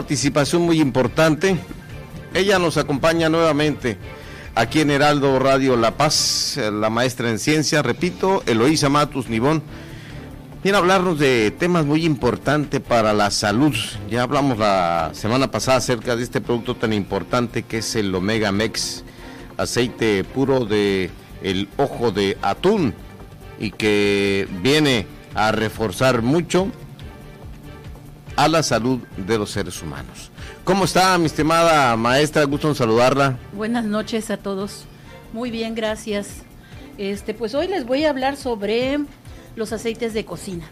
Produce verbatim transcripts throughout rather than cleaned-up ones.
Participación muy importante. Ella nos acompaña nuevamente aquí en Heraldo Radio La Paz, la maestra en ciencia, repito, Eloísa Matus Nibón. Viene a hablarnos de temas muy importantes para la salud. Ya hablamos la semana pasada acerca de este producto tan importante que es el Omega Mex, aceite puro de el ojo de atún, y que viene a reforzar mucho a la salud de los seres humanos. ¿Cómo está, mi estimada maestra? Gusto en saludarla. Buenas noches a todos. Muy bien, gracias. Este, pues hoy les voy a hablar sobre los aceites de cocina.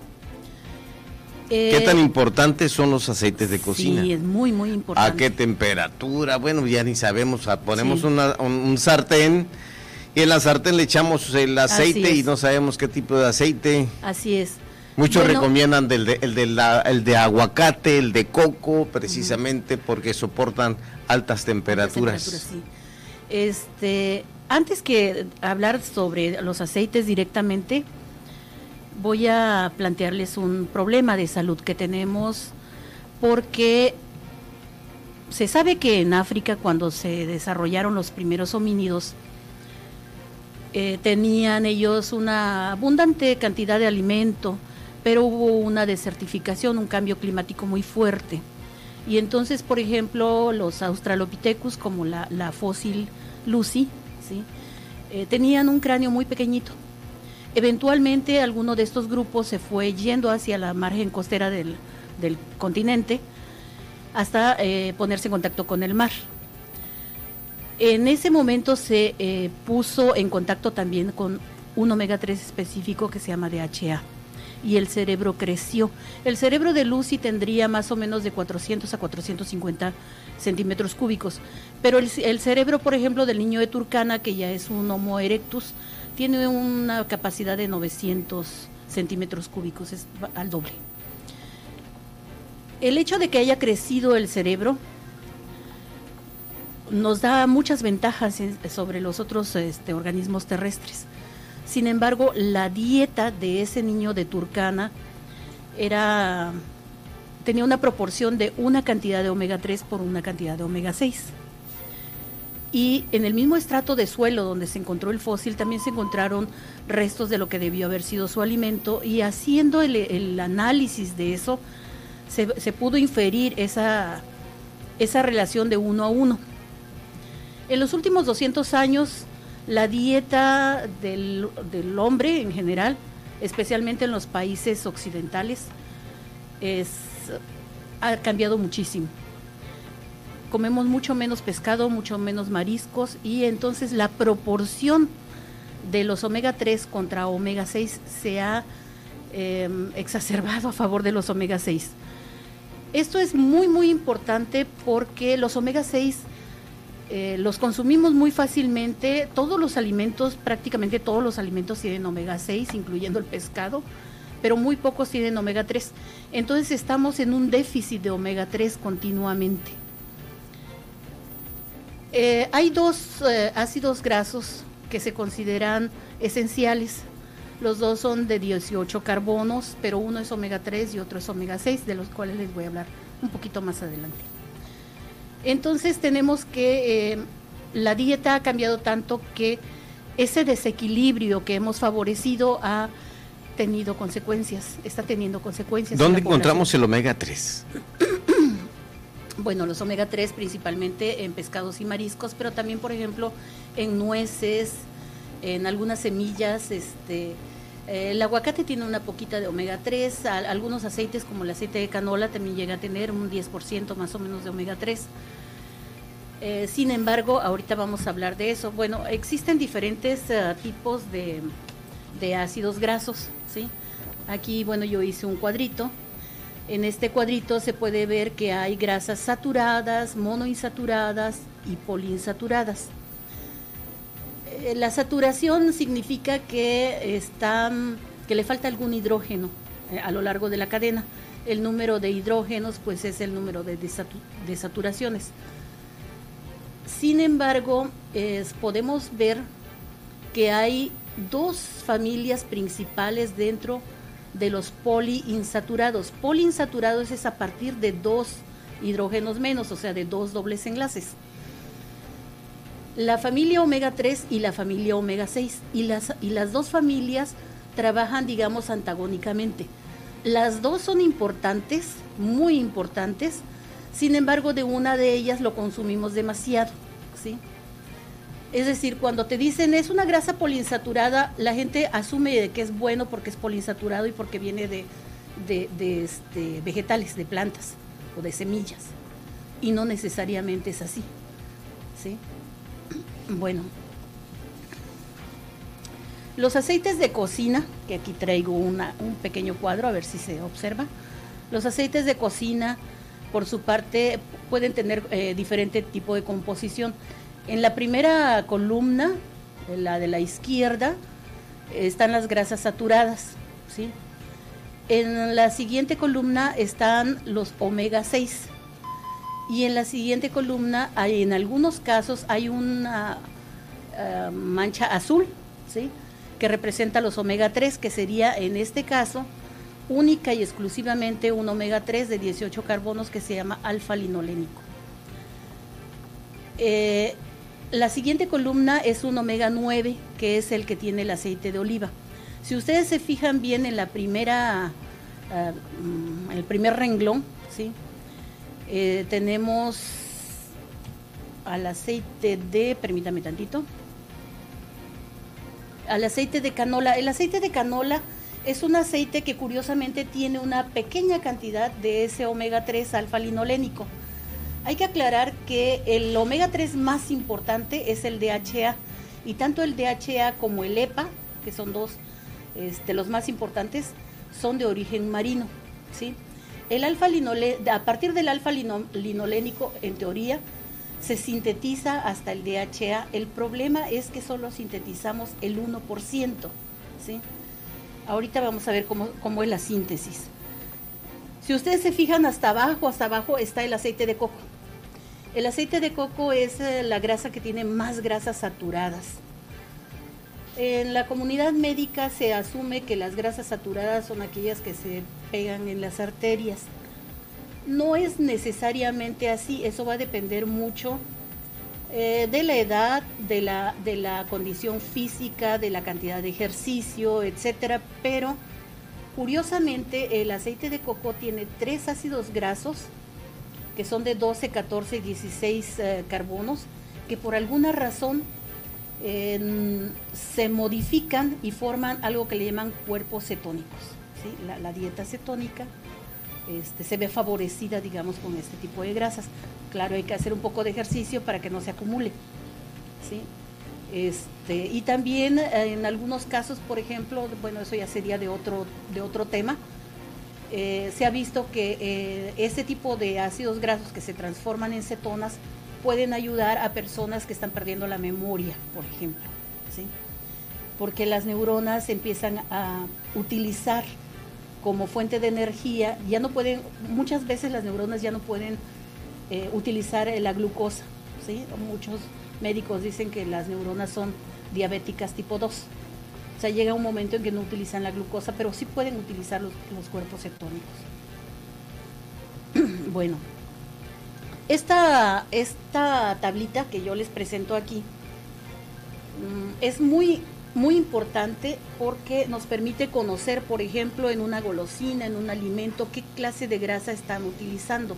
¿Qué eh, tan importantes son los aceites de cocina? Sí, es muy, muy importante. ¿A qué temperatura? Bueno, ya ni sabemos. Ponemos sí. una, un, un sartén y en la sartén le echamos el aceite y no sabemos qué tipo de aceite. Así es. Muchos bueno, recomiendan del de, el, de la, el de aguacate, el de coco, precisamente uh-huh. porque soportan altas temperaturas. Altas temperaturas, sí. Este, antes que hablar sobre los aceites directamente, voy a plantearles un problema de salud que tenemos, porque se sabe que en África, cuando se desarrollaron los primeros homínidos, eh, tenían ellos una abundante cantidad de alimento, pero hubo una desertificación, un cambio climático muy fuerte. Y entonces, por ejemplo, los Australopithecus, como la, la fósil Lucy, ¿sí? eh, tenían un cráneo muy pequeñito. Eventualmente, alguno de estos grupos se fue yendo hacia la margen costera del, del continente hasta eh, ponerse en contacto con el mar. En ese momento se eh, puso en contacto también con un omega tres específico que se llama D H A. Y el cerebro creció. El cerebro de Lucy tendría más o menos de cuatrocientos a cuatrocientos cincuenta centímetros cúbicos, pero el, el cerebro, por ejemplo, del niño de Turkana, que ya es un Homo erectus, tiene una capacidad de novecientos centímetros cúbicos, es al doble. El hecho de que haya crecido el cerebro nos da muchas ventajas sobre los otros este, organismos terrestres. Sin embargo, la dieta de ese niño de Turkana era, tenía una proporción de una cantidad de omega tres por una cantidad de omega seis. Y en el mismo estrato de suelo donde se encontró el fósil también se encontraron restos de lo que debió haber sido su alimento, y haciendo el, el análisis de eso se, se pudo inferir esa, esa relación de uno a uno. En los últimos doscientos años, la dieta del, del hombre en general, especialmente en los países occidentales, es, ha cambiado muchísimo. Comemos mucho menos pescado, mucho menos mariscos, y entonces la proporción de los omega tres contra omega seis se ha eh, exacerbado a favor de los omega seis. Esto es muy muy importante porque los omega seis Eh, los consumimos muy fácilmente. Todos los alimentos, prácticamente todos los alimentos tienen omega seis, incluyendo el pescado, pero muy pocos tienen omega tres. Entonces estamos en un déficit de omega tres continuamente. Eh, hay dos eh, ácidos grasos que se consideran esenciales. Los dos son de dieciocho carbonos, pero uno es omega tres y otro es omega seis, de los cuales les voy a hablar un poquito más adelante. Entonces tenemos que eh, la dieta ha cambiado tanto que ese desequilibrio que hemos favorecido ha tenido consecuencias, está teniendo consecuencias. ¿Dónde encontramos el omega tres? Bueno, los omega tres principalmente en pescados y mariscos, pero también, por ejemplo, en nueces, en algunas semillas. Este, eh, el aguacate tiene una poquita de omega tres, a, algunos aceites como el aceite de canola también llega a tener un diez por ciento más o menos de omega tres. Eh, sin embargo, ahorita vamos a hablar de eso. Bueno, existen diferentes uh, tipos de, de ácidos grasos, ¿sí? Aquí, bueno, yo hice un cuadrito. En este cuadrito se puede ver que hay grasas saturadas, monoinsaturadas y poliinsaturadas. Eh, la saturación significa que, está, que le falta algún hidrógeno eh, a lo largo de la cadena. El número de hidrógenos, pues, es el número de desatu- desaturaciones. Sin embargo, eh, podemos ver que hay dos familias principales dentro de los poliinsaturados. Poliinsaturados es a partir de dos hidrógenos menos, o sea, de dos dobles enlaces. La familia omega tres y la familia omega seis, y las, y las dos familias trabajan, digamos, antagónicamente. Las dos son importantes, muy importantes, sin embargo, de una de ellas lo consumimos demasiado, ¿sí? Es decir, cuando te dicen es una grasa poliinsaturada, la gente asume que es bueno porque es poliinsaturado y porque viene de, de, de este, vegetales, de plantas o de semillas, y no necesariamente es así, ¿sí? Bueno, los aceites de cocina, que aquí traigo una, un pequeño cuadro, a ver si se observa. Los aceites de cocina, por su parte, pueden tener eh, diferente tipo de composición. En la primera columna, en la de la izquierda, están las grasas saturadas, ¿sí? En la siguiente columna están los omega seis. Y en la siguiente columna, hay, en algunos casos, hay una uh, mancha azul, ¿sí?, que representa los omega tres, que sería, en este caso, única y exclusivamente un omega tres de dieciocho carbonos que se llama alfa-linolénico. Eh, la siguiente columna es un omega nueve, que es el que tiene el aceite de oliva. Si ustedes se fijan bien en la primera, uh, el primer renglón, ¿sí?, Eh, tenemos al aceite de, permítame tantito, al aceite de canola. El aceite de canola es un aceite que curiosamente tiene una pequeña cantidad de ese omega tres alfa-linolénico. Hay que aclarar que el omega tres más importante es el D H A, y tanto el D H A como el E P A, que son dos este, los más importantes, son de origen marino, ¿sí? El alfa-linolénico, a partir del alfa-linolénico, en teoría, se sintetiza hasta el D H A. El problema es que solo sintetizamos el uno por ciento, ¿sí? Ahorita vamos a ver cómo, cómo es la síntesis. Si ustedes se fijan hasta abajo, hasta abajo está el aceite de coco. El aceite de coco es la grasa que tiene más grasas saturadas. En la comunidad médica se asume que las grasas saturadas son aquellas que se pegan en las arterias. No es necesariamente así, eso va a depender mucho eh, de la edad, de la, de la condición física, de la cantidad de ejercicio, etcétera. Pero curiosamente el aceite de coco tiene tres ácidos grasos que son de doce, catorce y dieciséis eh, carbonos, que por alguna razón Eh, se modifican y forman algo que le llaman cuerpos cetónicos, ¿sí? La, la dieta cetónica este, se ve favorecida, digamos, con este tipo de grasas. Claro, hay que hacer un poco de ejercicio para que no se acumule, ¿sí? Este, y también eh, en algunos casos, por ejemplo, bueno, eso ya sería de otro, de otro tema, eh, se ha visto que eh, ese tipo de ácidos grasos que se transforman en cetonas pueden ayudar a personas que están perdiendo la memoria, por ejemplo, ¿sí? Porque las neuronas empiezan a utilizar como fuente de energía, ya no pueden, muchas veces las neuronas ya no pueden eh, utilizar la glucosa, ¿sí? Muchos médicos dicen que las neuronas son diabéticas tipo dos, o sea, llega un momento en que no utilizan la glucosa, pero sí pueden utilizar los, los cuerpos cetónicos. Bueno, Esta, esta tablita que yo les presento aquí es muy, muy importante porque nos permite conocer, por ejemplo, en una golosina, en un alimento, qué clase de grasa están utilizando.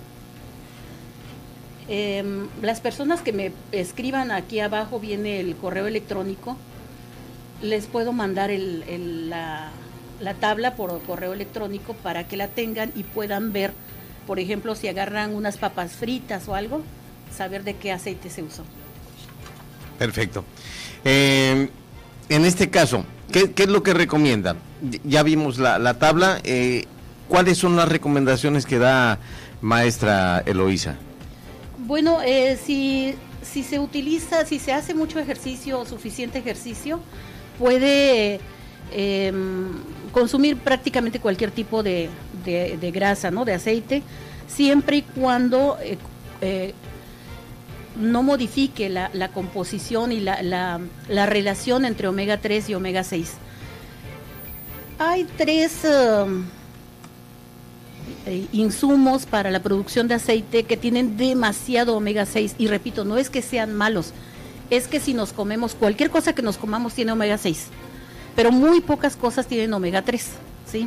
Eh, las personas que me escriban, aquí abajo viene el correo electrónico, les puedo mandar el, el, la, la tabla por correo electrónico para que la tengan y puedan ver. Por ejemplo, si agarran unas papas fritas o algo, saber de qué aceite se usó. Perfecto. Eh, en este caso, ¿qué, qué es lo que recomiendan? Ya vimos la, la tabla. Eh, ¿Cuáles son las recomendaciones que da maestra Eloísa? Bueno, eh, si, si se utiliza, si se hace mucho ejercicio o suficiente ejercicio, puede eh, consumir prácticamente cualquier tipo de, de, de grasa, ¿no? De aceite, siempre y cuando eh, eh, no modifique la, la composición y la, la, la relación entre omega tres y omega seis. Hay tres, uh, eh, insumos para la producción de aceite que tienen demasiado omega seis, y repito, no es que sean malos, es que si nos comemos, cualquier cosa que nos comamos tiene omega seis, pero muy pocas cosas tienen omega tres, ¿sí?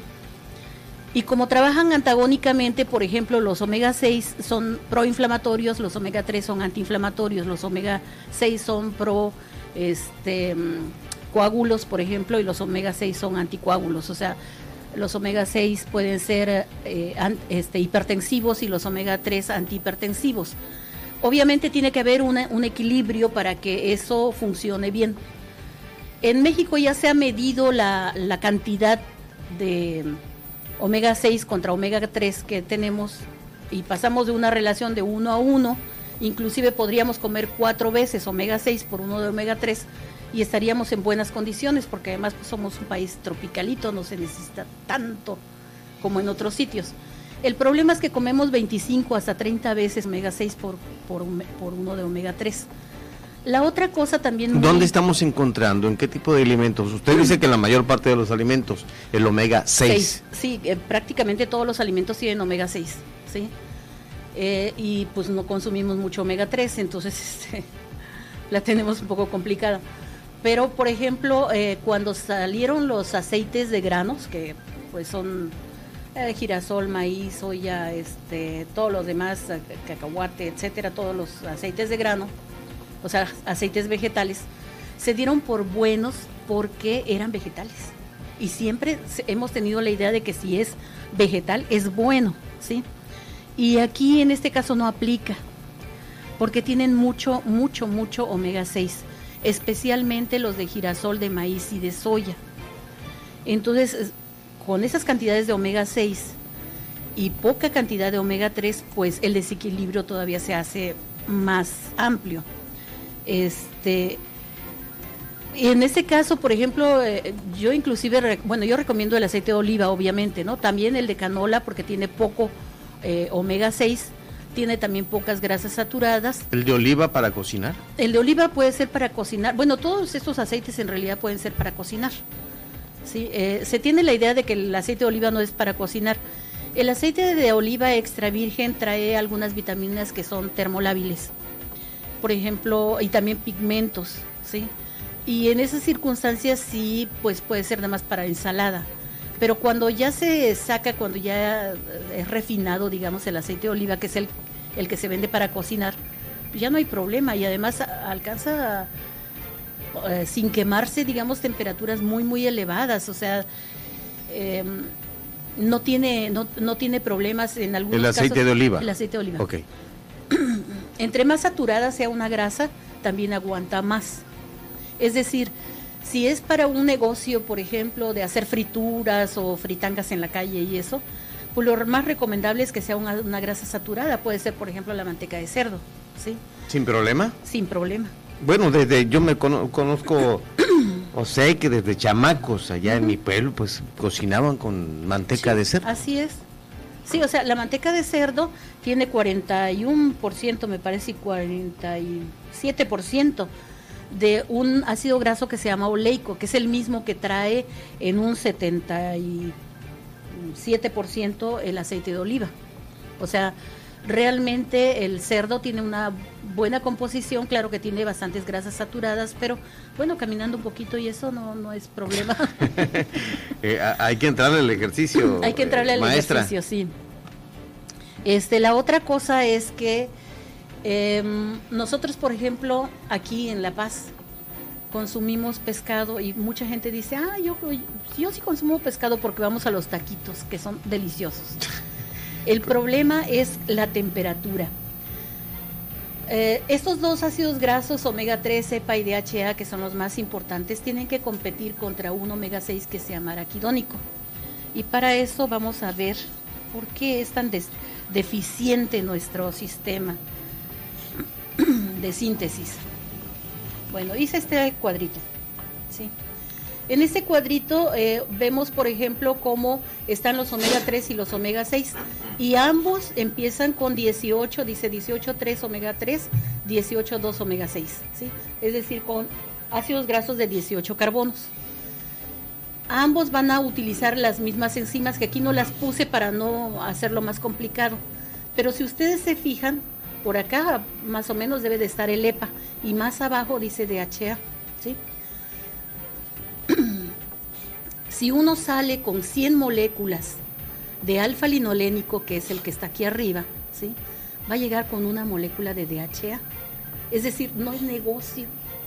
Y como trabajan antagónicamente, por ejemplo, los omega seis son proinflamatorios, los omega tres son antiinflamatorios, los omega seis son pro este, coágulos, por ejemplo, y los omega seis son anticoágulos. O sea, los omega seis pueden ser eh, an, este, hipertensivos y los omega tres antihipertensivos. Obviamente tiene que haber una, un equilibrio para que eso funcione bien. En México ya se ha medido la, la cantidad de omega seis contra omega tres que tenemos, y pasamos de una relación de uno a uno, inclusive podríamos comer cuatro veces omega seis por uno de omega tres y estaríamos en buenas condiciones, porque además pues, somos un país tropicalito, no se necesita tanto como en otros sitios. El problema es que comemos veinticinco hasta treinta veces omega seis por, por, por uno de omega tres. La otra cosa también... ¿Dónde muy... estamos encontrando? ¿En qué tipo de alimentos? Usted dice que en la mayor parte de los alimentos, el omega seis. Sí, eh, prácticamente todos los alimentos tienen omega seis, ¿sí? Eh, y pues no consumimos mucho omega tres, entonces este, la tenemos un poco complicada. Pero, por ejemplo, eh, cuando salieron los aceites de granos, que pues son eh, girasol, maíz, soya, este, todos los demás, cacahuate, etcétera, todos los aceites de grano, o sea, aceites vegetales, se dieron por buenos porque eran vegetales. Y siempre hemos tenido la idea de que si es vegetal, es bueno, ¿sí? Y aquí en este caso no aplica, porque tienen mucho, mucho, mucho omega seis, especialmente los de girasol, de maíz y de soya. Entonces, con esas cantidades de omega seis y poca cantidad de omega tres, pues el desequilibrio todavía se hace más amplio. Este, en este caso, por ejemplo, eh, yo inclusive, bueno, yo recomiendo el aceite de oliva, obviamente, ¿no? También el de canola, porque tiene poco eh, omega seis, tiene también pocas grasas saturadas. ¿El de oliva para cocinar? El de oliva puede ser para cocinar, bueno, todos estos aceites en realidad pueden ser para cocinar, ¿sí? Eh, se tiene la idea de que el aceite de oliva no es para cocinar. El aceite de oliva extra virgen trae algunas vitaminas que son termolábiles, por ejemplo, y también pigmentos, ¿sí? Y en esas circunstancias sí, pues puede ser nada más para ensalada. Pero cuando ya se saca, cuando ya es refinado, digamos, el aceite de oliva, que es el, el que se vende para cocinar, ya no hay problema, y además alcanza, eh, sin quemarse, digamos, temperaturas muy, muy elevadas. O sea, eh, no tiene no, no tiene problemas en algunos casos. ¿El aceite casos, de oliva? El aceite de oliva. Ok. Entre más saturada sea una grasa, también aguanta más. Es decir, si es para un negocio, por ejemplo, de hacer frituras o fritangas en la calle y eso, pues lo más recomendable es que sea una, una grasa saturada. Puede ser, por ejemplo, la manteca de cerdo, ¿sí? ¿Sin problema? Sin problema. Bueno, desde yo me cono conozco, o sé que desde chamacos allá uh-huh. en mi pueblo, pues cocinaban con manteca sí, de cerdo. Así es. Sí, o sea, la manteca de cerdo tiene cuarenta y uno por ciento, me parece, y cuarenta y siete por ciento de un ácido graso que se llama oleico, que es el mismo que trae en un setenta y siete por ciento el aceite de oliva. O sea, realmente el cerdo tiene una buena composición, claro que tiene bastantes grasas saturadas, pero bueno, caminando un poquito y eso no, no es problema. eh, hay que entrarle al ejercicio. Hay que entrarle eh, al maestra. ejercicio, sí. Este, la otra cosa es que eh, nosotros, por ejemplo, aquí en La Paz consumimos pescado y mucha gente dice, ah, yo, yo sí consumo pescado porque vamos a los taquitos, que son deliciosos. El problema es la temperatura. Eh, estos dos ácidos grasos, omega tres, EPA y D H A, que son los más importantes, tienen que competir contra un omega seis que se llama araquidónico. Y para eso vamos a ver por qué es tan des deficiente nuestro sistema de síntesis. Bueno, hice este cuadrito, ¿sí? En este cuadrito eh, vemos, por ejemplo, cómo están los omega tres y los omega seis, y ambos empiezan con dieciocho, dice dieciocho tres omega tres, dieciocho dos omega seis, ¿sí? Es decir, con ácidos grasos de dieciocho carbonos. Ambos van a utilizar las mismas enzimas, que aquí no las puse para no hacerlo más complicado. Pero si ustedes se fijan, por acá más o menos debe de estar el EPA y más abajo dice D H A, ¿sí? Si uno sale con cien moléculas de alfa-linolénico, que es el que está aquí arriba, ¿sí?, va a llegar con una molécula de D H A. Es decir, no es negocio.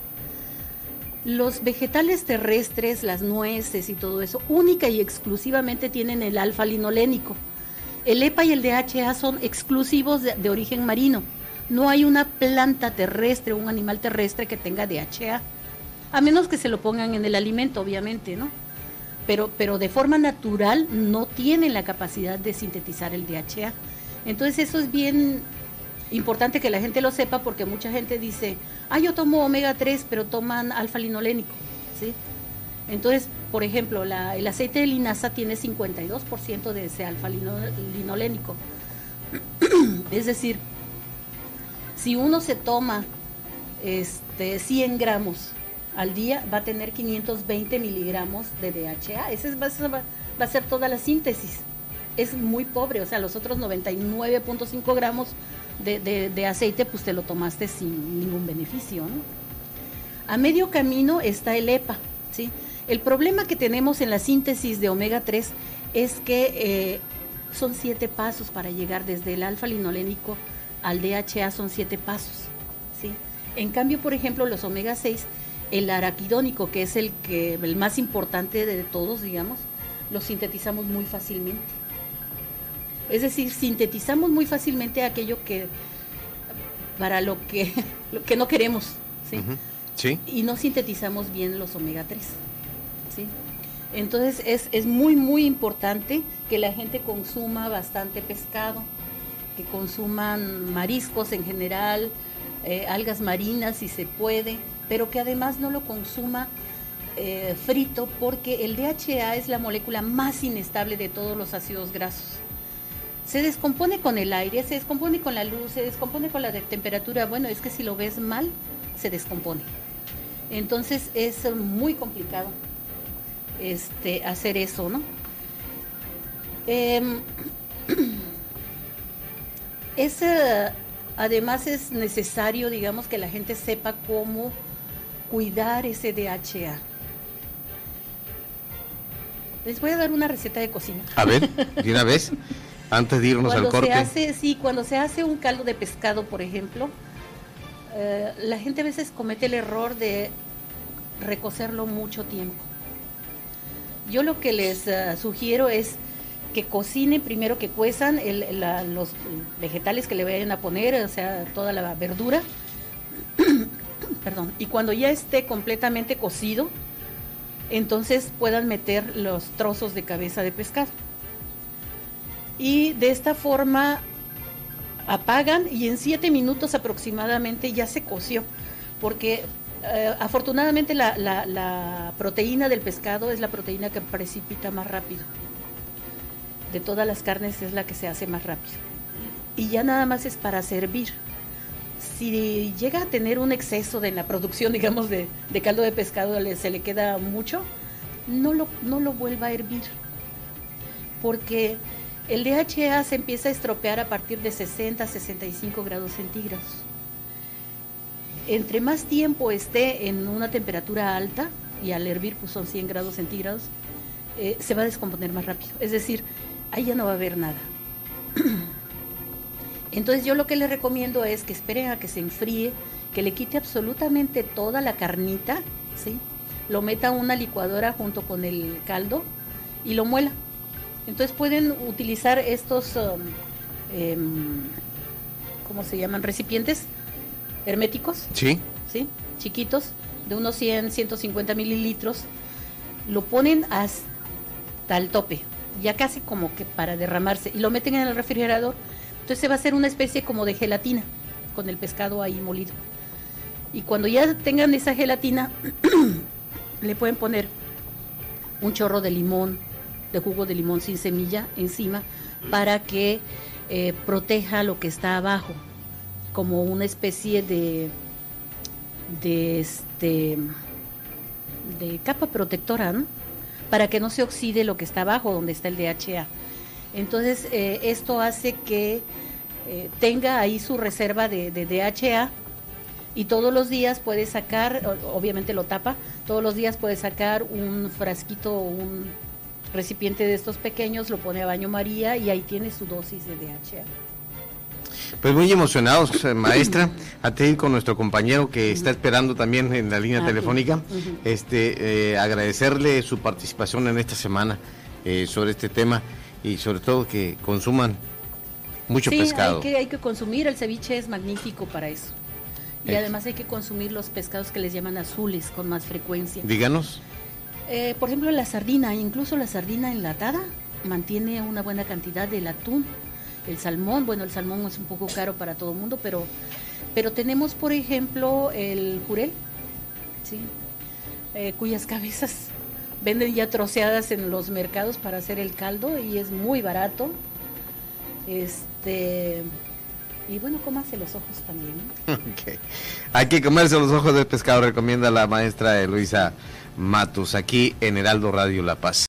Los vegetales terrestres, las nueces y todo eso, única y exclusivamente tienen el alfa-linolénico. El EPA y el D H A son exclusivos de, de origen marino. No hay una planta terrestre, un animal terrestre que tenga D H A, a menos que se lo pongan en el alimento, obviamente, ¿no? Pero, pero de forma natural no tienen la capacidad de sintetizar el D H A. Entonces eso es bien importante que la gente lo sepa, porque mucha gente dice, ah, yo tomo omega tres, pero toman alfa-linolénico, ¿sí? Entonces, por ejemplo, la, el aceite de linaza tiene cincuenta y dos por ciento de ese alfa-linolénico. Es decir, si uno se toma este, cien gramos al día, va a tener quinientos veinte miligramos de D H A. Ese va, va, va a ser toda la síntesis. Es muy pobre, o sea, los otros noventa y nueve punto cinco gramos de, de, de aceite, pues te lo tomaste sin ningún beneficio, ¿no? A medio camino está el EPA, ¿sí? El problema que tenemos en la síntesis de omega tres es que eh, son siete pasos para llegar desde el alfa-linolénico al D H A, son siete pasos, ¿sí? En cambio, por ejemplo, los omega seis, el araquidónico, que es el, que, el más importante de todos, digamos, lo sintetizamos muy fácilmente. Es decir, sintetizamos muy fácilmente aquello que para lo que, lo que no queremos, ¿sí? Uh-huh. Sí. Y no sintetizamos bien los omega tres, ¿sí? Entonces es, es muy, muy importante que la gente consuma bastante pescado, que consuman mariscos en general, eh, algas marinas si se puede, pero que además no lo consuma eh, frito, porque el D H A es la molécula más inestable de todos los ácidos grasos. Se descompone con el aire, se descompone con la luz, se descompone con la de temperatura. Bueno, es que si lo ves mal, se descompone. Entonces es muy complicado este, hacer eso, ¿no? Eh, es, uh, además es necesario, digamos, que la gente sepa cómo cuidar ese D H A. Les voy a dar una receta de cocina. A ver, de una vez, antes de irnos cuando al corte. Se hace, sí, cuando se hace un caldo de pescado, por ejemplo, eh, la gente a veces comete el error de recocerlo mucho tiempo. Yo lo que les uh, sugiero es que cocinen primero, que cuezan el, la, los vegetales que le vayan a poner, o sea, toda la verdura. Perdón. Y cuando ya esté completamente cocido, entonces puedan meter los trozos de cabeza de pescado. Y de esta forma apagan y en siete minutos aproximadamente ya se coció, porque eh, afortunadamente la, la, la proteína del pescado es la proteína que precipita más rápido. De todas las carnes es la que se hace más rápido. Y ya nada más es para servir. Si llega a tener un exceso de la producción, digamos, de, de caldo de pescado, le, se le queda mucho, no lo, no lo vuelva a hervir, porque el D H A se empieza a estropear a partir de sesenta a sesenta y cinco grados centígrados. Entre más tiempo esté en una temperatura alta, y al hervir pues son cien grados centígrados, eh, se va a descomponer más rápido. Es decir, ahí ya no va a haber nada. Entonces yo lo que les recomiendo es que esperen a que se enfríe, que le quite absolutamente toda la carnita, ¿sí? Lo meta a una licuadora junto con el caldo y lo muela. Entonces pueden utilizar estos, um, eh, ¿cómo se llaman? Recipientes herméticos. Sí. ¿Sí? Chiquitos, de unos cien, ciento cincuenta mililitros. Lo ponen hasta el tope, ya casi como que para derramarse, y lo meten en el refrigerador. Entonces se va a hacer una especie como de gelatina con el pescado ahí molido. Y cuando ya tengan esa gelatina, le pueden poner un chorro de limón, de jugo de limón sin semilla encima, para que eh, proteja lo que está abajo, como una especie de, de, este, de capa protectora, ¿no? para que no se oxide lo que está abajo, donde está el D H A. Entonces, eh, esto hace que eh, tenga ahí su reserva de, de D H A, y todos los días puede sacar, obviamente lo tapa, todos los días puede sacar un frasquito, un recipiente de estos pequeños, lo pone a baño María y ahí tiene su dosis de D H A. Pues muy emocionados, maestra, a ir con nuestro compañero que está esperando también en la línea ah, telefónica, uh-huh. este eh, agradecerle su participación en esta semana eh, sobre este tema y sobre todo que consuman mucho sí, pescado. Hay que, hay que consumir, el ceviche es magnífico para eso. Y eh. además hay que consumir los pescados que les llaman azules con más frecuencia. Díganos. Eh, por ejemplo, la sardina, incluso la sardina enlatada mantiene una buena cantidad del atún. El salmón, bueno, el salmón es un poco caro para todo el mundo, pero, pero tenemos, por ejemplo, el jurel, ¿sí? eh, cuyas cabezas venden ya troceadas en los mercados para hacer el caldo y es muy barato. Este y bueno, cómase los ojos también, ¿no? Okay. Hay que comerse los ojos del pescado, recomienda la maestra Eloísa Matus, aquí en Heraldo Radio La Paz.